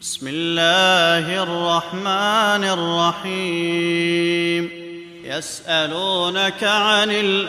بسم الله الرحمن الرحيم. يسألونك عن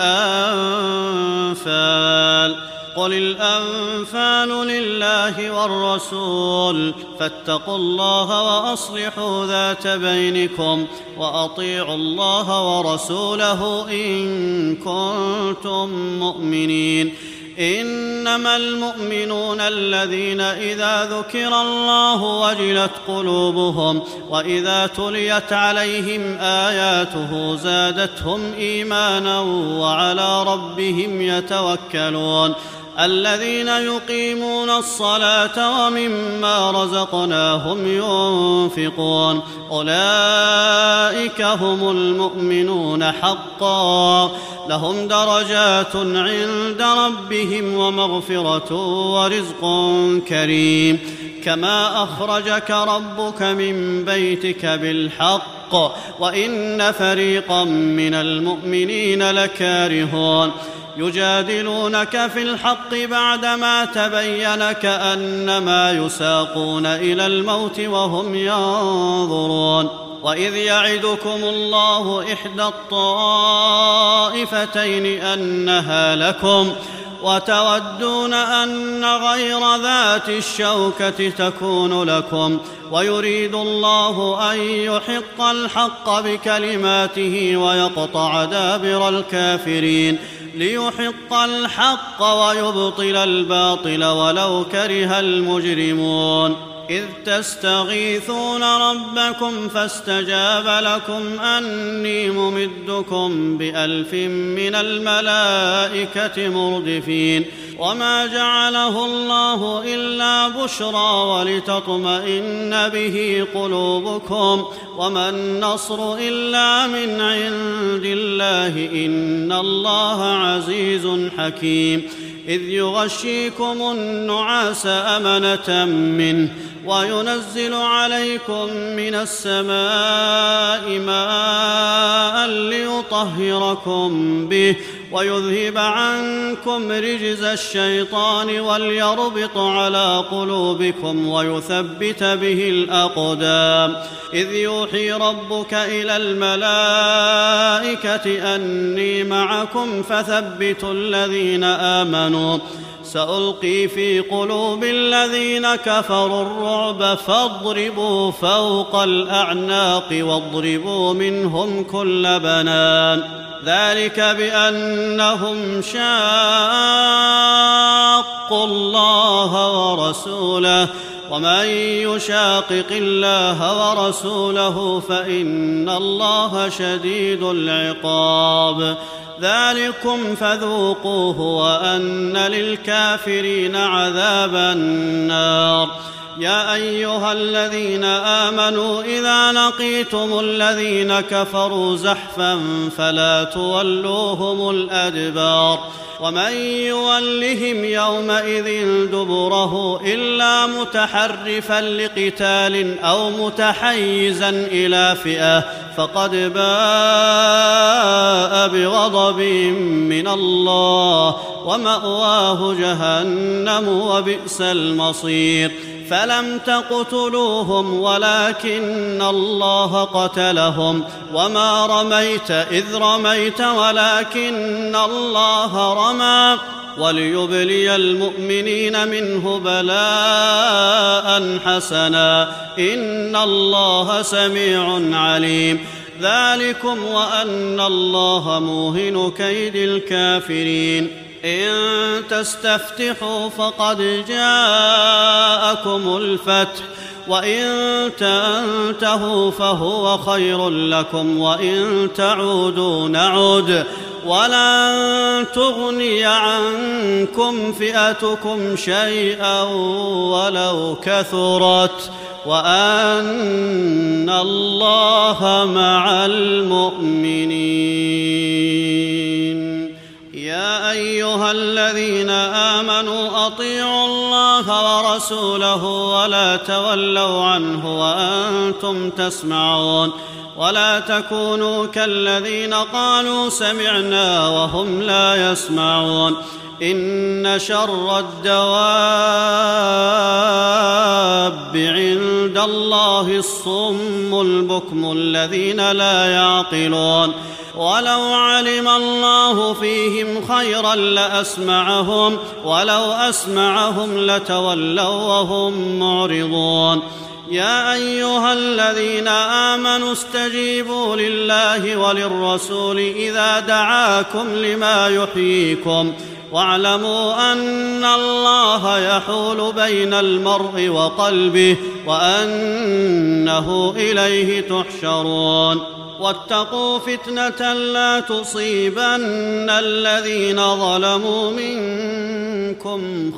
الأنفال قل الأنفال لله والرسول فاتقوا الله وأصلحوا ذات بينكم وأطيعوا الله ورسوله إن كنتم مؤمنين. إنما المؤمنون الذين إذا ذكر الله وجلت قلوبهم وإذا تليت عليهم آياته زادتهم إيمانا وعلى ربهم يتوكلون. الذين يقيمون الصلاة ومما رزقناهم ينفقون أولئك هم المؤمنون حقا لهم درجات عند ربهم ومغفرة ورزق كريم. كما أخرجك ربك من بيتك بالحق وإن فريقا من المؤمنين لكارهون يجادلونك في الحق بعدما تبين كأنما يساقون إلى الموت وهم ينظرون. وإذ يعدكم الله إحدى الطائفتين أنها لكم وتودون أن غير ذات الشوكة تكون لكم ويريد الله أن يحق الحق بكلماته ويقطع دابر الكافرين ليحق الحق ويبطل الباطل ولو كره المجرمون. إذ تستغيثون ربكم فاستجاب لكم أني ممدكم ب1000 من الملائكة مردفين. وما جعله الله إلا بشرى ولتطمئن به قلوبكم وما النصر إلا من عند الله إن الله عزيز حكيم. إذ يغشيكم النعاس أمنة منه وينزل عليكم من السماء ماء ليطهركم به ويذهب عنكم رجز الشيطان وليربط على قلوبكم ويثبت به الأقدام. إذ يوحي ربك إلى الملائكة أني معكم فثبتوا الذين آمنوا سألقي في قلوب الذين كفروا الرعب فاضربوا فوق الأعناق واضربوا منهم كل بنان. ذلك بأنهم شاقوا الله ورسوله ومن يشاقق الله ورسوله فإن الله شديد العقاب. ذلكم فذوقوه وأن للكافرين عذاب النار. يا أيها الذين آمنوا إذا لقيتم الذين كفروا زحفا فلا تولوهم الأدبار ومن يولهم يومئذ دبره إلا متحرفا لقتال أو متحيزا إلى فئة فقد باء بغضب من الله ومأواه جهنم وبئس المصير. فلم تقتلوهم ولكن الله قتلهم وما رميت إذ رميت ولكن الله رمى وليبلي المؤمنين منه بلاء حسنا إن الله سميع عليم. ذلكم وأن الله موهن كيد الكافرين. إن تستفتحوا فقد جاءكم الفتح وإن تنتهوا فهو خير لكم وإن تعودوا نعد ولن تغني عنكم فئتكم شيئا ولو كثرت وأن الله مع المؤمنين. يا أيها الذين آمنوا أطيعوا الله ورسوله ولا تولوا عنه وأنتم تسمعون ولا تكونوا كالذين قالوا سمعنا وهم لا يسمعون. إن شر الدواب عند الله الصم البكم الذين لا يعقلون ولو علم الله فيهم خيرا لأسمعهم ولو أسمعهم لتولوا وهم معرضون يا أيها الذين آمنوا استجيبوا لله وللرسول إذا دعاكم لما يحييكم واعلموا أن الله يحول بين المرء وقلبه وأنه إليه تحشرون واتقوا فتنة لا تصيبن الذين ظلموا منكم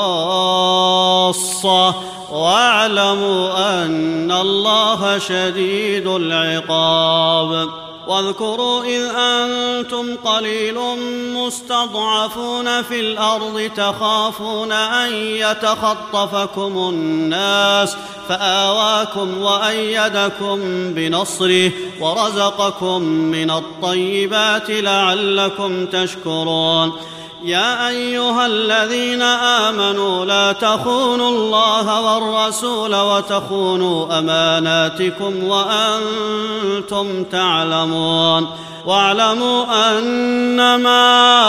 خاصة واعلموا أن الله شديد العقاب واذكروا إذ أنتم قليل مستضعفون في الأرض تخافون أن يتخطفكم الناس فآواكم وأيدكم بنصره ورزقكم من الطيبات لعلكم تشكرون يا أيها الذين آمنوا لا تخونوا الله والرسول وتخونوا أماناتكم وأنتم تعلمون واعلموا أنما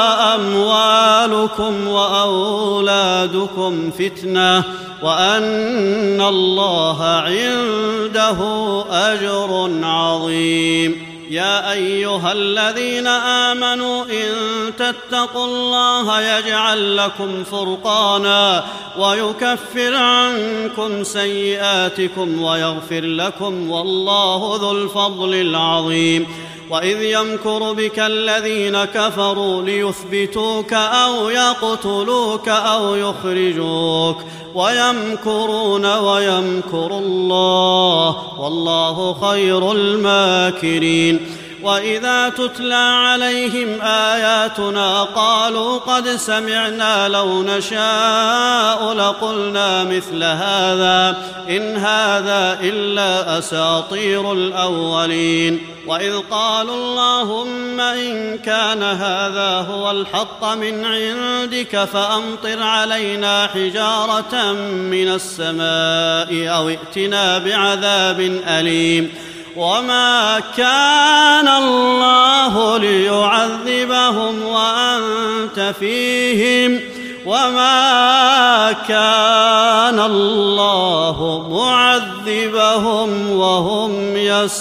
أموالكم وأولادكم فتنة وأن الله عنده أجر عظيم يا أيها الذين آمنوا إن تتقوا الله يجعل لكم فرقانا ويكفر عنكم سيئاتكم ويغفر لكم والله ذو الفضل العظيم وإذ يمكر بك الذين كفروا ليثبتوك أو يقتلوك أو يخرجوك ويمكرون ويمكر الله والله خير الماكرين وإذا تتلى عليهم آياتنا قالوا قد سمعنا لو نشاء لقلنا مثل هذا إن هذا إلا أساطير الأولين وإذ قالوا اللهم إن كان هذا هو الحق من عندك فأمطر علينا حجارة من السماء أو ائتنا بعذاب أليم وما كان الله ليعذبهم وأنت فيهم وما كان الله معذبهم وهم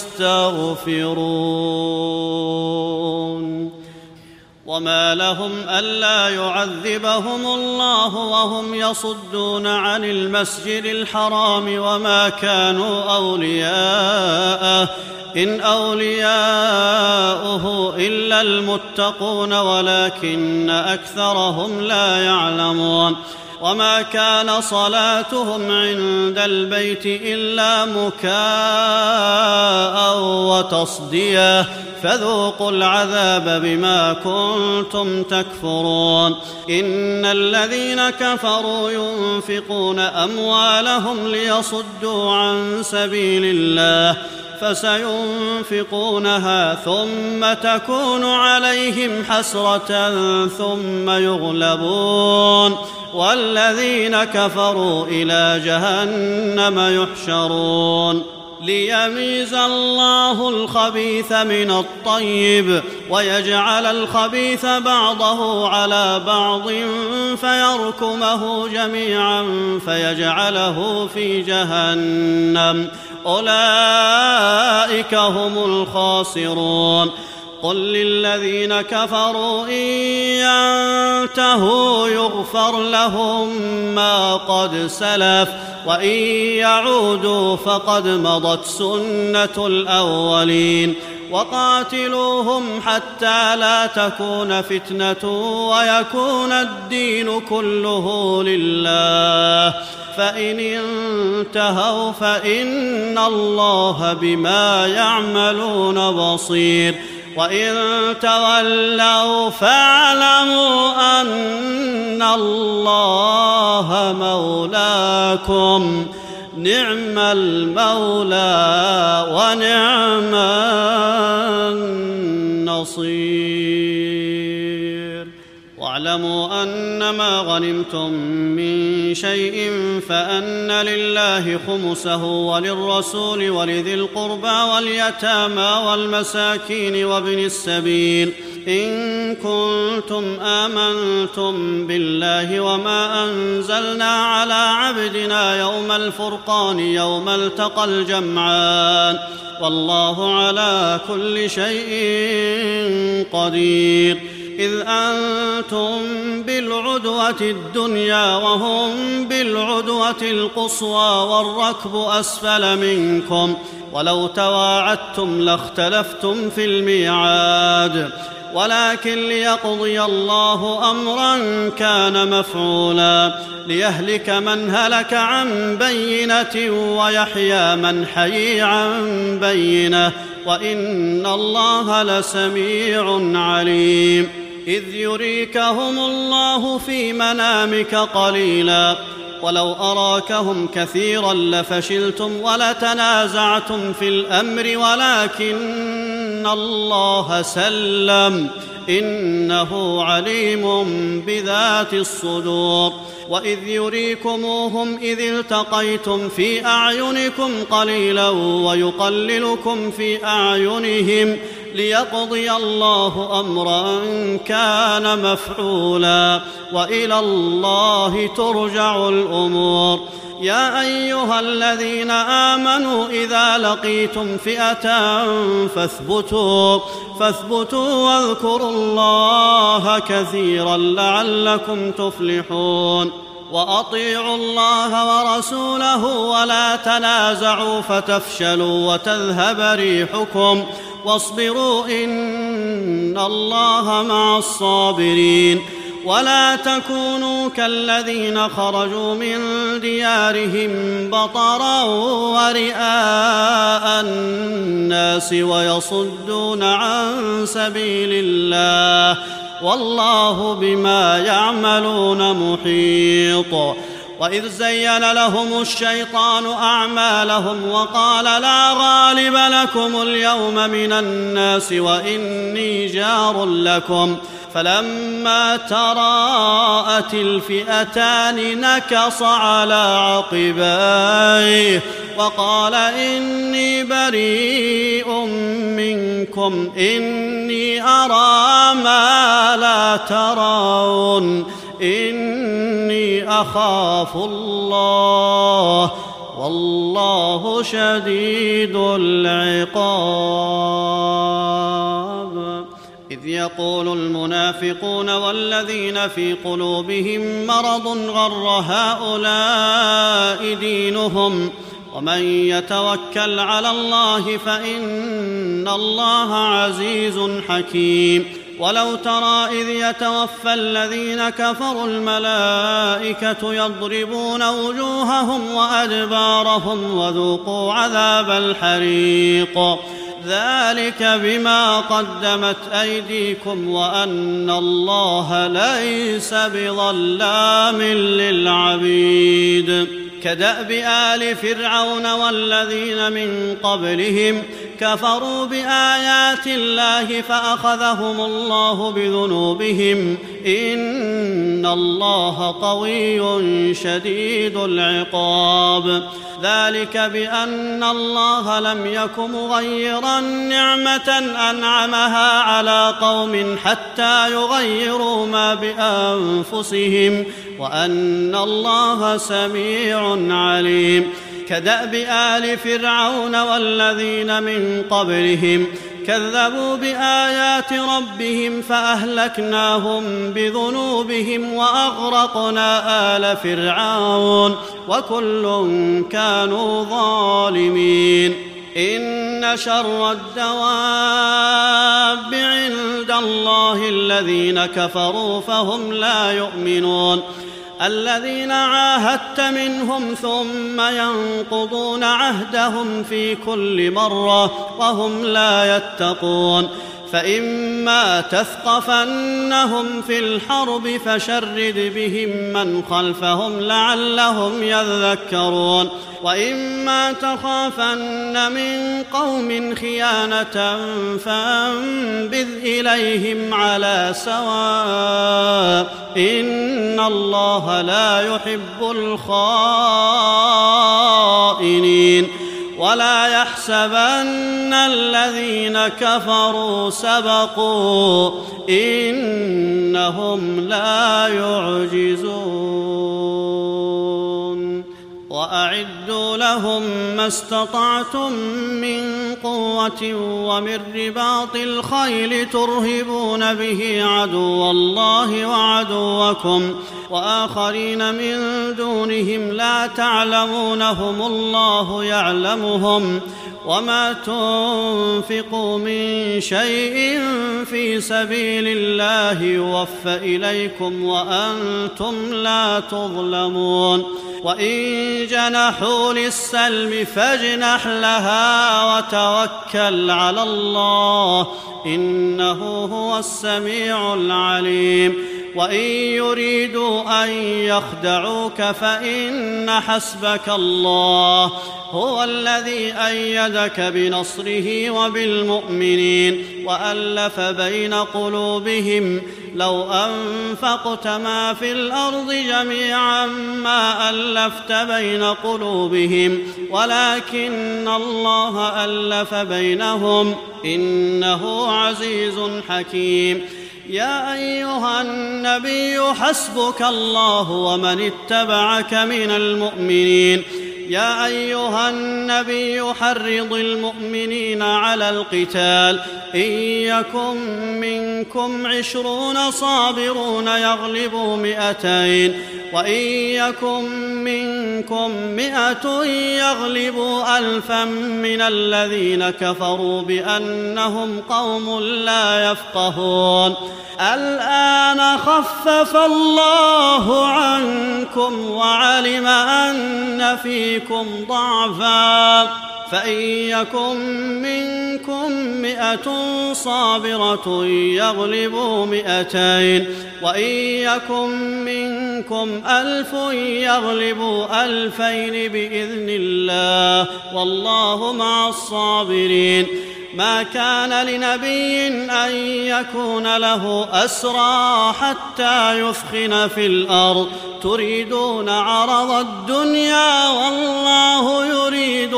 يستغفرون وما لهم ألا يعذبهم الله وهم يصدون عن المسجد الحرام وما كانوا أولياءه إن أولياؤه إلا المتقون ولكن أكثرهم لا يعلمون وما كان صلاتهم عند البيت إلا مكاء وتصدية فذوقوا العذاب بما كنتم تكفرون إن الذين كفروا ينفقون أموالهم ليصدوا عن سبيل الله فسينفقونها ثم تكون عليهم حسرة ثم يغلبون والذين كفروا إلى جهنم يحشرون ليميز الله الخبيث من الطيب ويجعل الخبيث بعضه على بعض فيركمه جميعا فيجعله في جهنم أولئك هم الخاسرون قل للذين كفروا إن ينتهوا يغفر لهم ما قد سلف وإن يعودوا فقد مضت سنة الأولين وقاتلوهم حتى لا تكون فتنة ويكون الدين كله لله فإن انتهوا فإن الله بما يعملون بصير وإن تولوا فاعلموا أن الله مولاكم نعم المولى ونعم النصير واعلموا واعلموا أنما غنمتم من شيء فأن لله خمسه وللرسول ولذي القربى واليتامى والمساكين وابن السبيل إن كنتم آمنتم بالله وما أنزلنا على عبدنا يوم الفرقان يوم التقى الجمعان والله على كل شيء قدير إذ أنتم بالعدوة الدنيا وهم بالعدوة القصوى والركب أسفل منكم ولو تواعدتم لاختلفتم في الميعاد ولكن ليقضي الله أمرا كان مفعولا ليهلك من هلك عن بينة ويحيى من حي عن بينة وإن الله لسميع عليم إذ يريكهم الله في منامك قليلا ولو أراكهم كثيرا لفشلتم ولتنازعتم في الأمر ولكن الله سلم إنه عليم بذات الصدور وإذ يريكموهم إذ التقيتم في أعينكم قليلا ويقللكم في أعينهم ليقضي الله أمرا كان مفعولا وإلى الله ترجع الأمور يا أيها الذين آمنوا إذا لقيتم فئة فاثبتوا واذكروا الله كثيرا لعلكم تفلحون وأطيعوا الله ورسوله ولا تنازعوا فتفشلوا وتذهب ريحكم واصبروا إن الله مع الصابرين ولا تكونوا كالذين خرجوا من ديارهم بطرا ورئاء الناس ويصدون عن سبيل الله والله بما يعملون محيط وإذ زين لهم الشيطان أعمالهم وقال لا غالب لكم اليوم من الناس وإني جار لكم فلما تراءت الفئتان نكص على عقبيه وقال إني بريء منكم إني أرى ما لا ترون إني أخاف الله والله شديد العقاب إذ يقول المنافقون والذين في قلوبهم مرض غر هؤلاء دينهم ومن يتوكل على الله فإن الله عزيز حكيم ولو ترى إذ يتوفى الذين كفروا الملائكة يضربون وجوههم وأدبارهم وذوقوا عذاب الحريق ذلك بما قدمت أيديكم وأن الله ليس بظلام للعبيد كدأب آل فرعون والذين من قبلهم كفروا بآيات الله فأخذهم الله بذنوبهم إن الله قوي شديد العقاب ذلك بأن الله لم يك مغيرا نعمة أنعمها على قوم حتى يغيروا ما بأنفسهم وأن الله سميع عليم كدأب آل فرعون والذين من قبلهم كذبوا بآيات ربهم فأهلكناهم بذنوبهم وأغرقنا آل فرعون وكل كانوا ظالمين إن شر الدواب عند الله الذين كفروا فهم لا يؤمنون الذين عاهدت منهم ثم ينقضون عهدهم في كل مرة وهم لا يتقون فإما تثقفنهم في الحرب فشرد بهم من خلفهم لعلهم يذكرون وإما تخافن من قوم خيانة فانبذ إليهم على سواء إن الله لا يحب الخائنين ولا يحسبن الذين كفروا سبقوا إنهم لا يعجزون وأعدوا لهم ما استطعتم من قوة ومن رباط الخيل ترهبون به عدو الله وعدوكم وآخرين من دونهم لا تعلمونهم الله يعلمهم وما تنفقوا من شيء في سبيل الله يوفى إليكم وأنتم لا تظلمون وإن جنحوا للسلم فاجنح لها وتوكل على الله إنه هو السميع العليم وإن يريدوا أن يخدعوك فإن حسبك الله هو الذي أيدك بنصره وبالمؤمنين وألف بين قلوبهم لو أنفقت ما في الأرض جميعا ما ألفت بين قلوبهم ولكن الله ألف بينهم إنه عزيز حكيم يا أيها النبي حسبك الله ومن اتبعك من المؤمنين يا أيها النبي حرض المؤمنين على القتال إن يكن منكم 20 صابرون يغلبوا 200 وإن يكن منكم 100 يغلبوا 1000 من الذين كفروا بأنهم قوم لا يفقهون الآن خفف الله عنكم وعلم أن فيكم ضعفا فإن يكن منكم 100 صابرة يغلبوا 200 وإن يكن منكم 1000 يغلبوا 2000 بإذن الله والله مع الصابرين ما كان لنبي أن يكون له أسرى حتى يثخن في الأرض تريدون عرض الدنيا والله يريد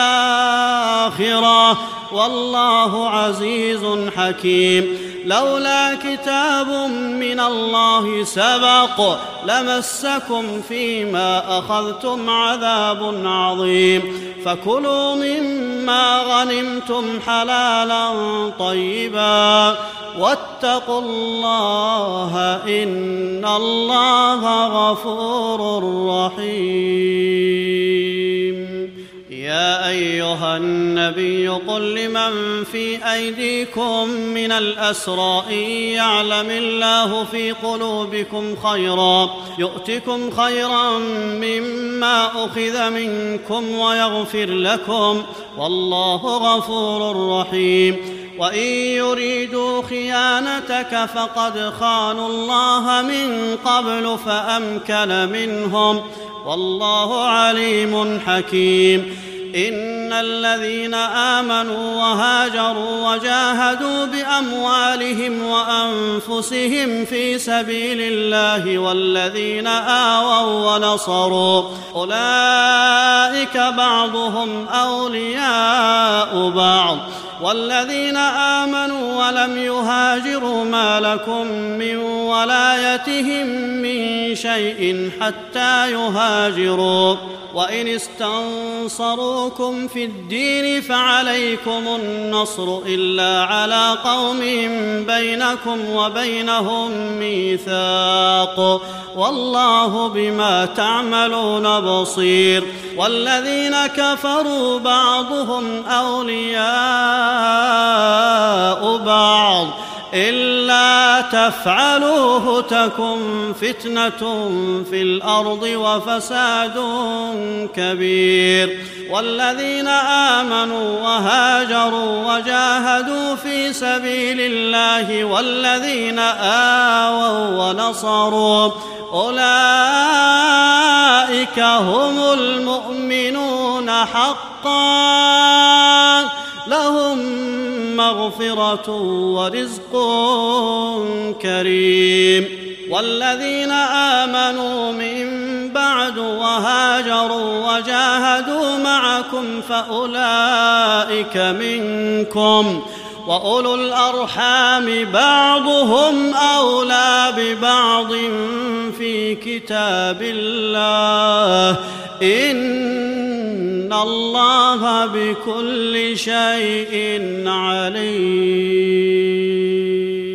الآخرة والله عزيز حكيم لولا كتاب من الله سبق لمسكم فيما أخذتم عذاب عظيم فكلوا مما غنمتم حلالا طيبا واتقوا الله إن الله غفور رحيم يا أيها النبي قل لمن في أيديكم من الأسرى إن يعلم الله في قلوبكم خيرا يؤتكم خيرا مما أخذ منكم ويغفر لكم والله غفور رحيم وإن يريدوا خيانتك فقد خانوا الله من قبل فأمكن منهم والله عليم حكيم إن الذين آمنوا وهاجروا وجاهدوا بأموالهم وأنفسهم في سبيل الله والذين آووا ونصروا أولئك بعضهم أولياء بعض والذين آمنوا ولم يهاجروا ما لكم من ولايتهم من شيء حتى يهاجروا وإن استنصروكم في الدين فعليكم النصر إلا على قوم بينكم وبينهم ميثاق والله بما تعملون بصير والذين كفروا بعضهم أولياء بعض إلا تفعلوه تكن فتنة في الأرض وفساد كبير. والذين آمنوا وهاجروا وجاهدوا في سبيل الله والذين آووا ونصروا أولئك هم المؤمنون حقا لهم مغفرة ورزق كريم. والذين آمنوا من بعد وهاجروا وجاهدوا معكم فأولئك منكم وأولو الأرحام بعضهم أولى ببعض في كتاب الله إن الله بكل شيء عليم.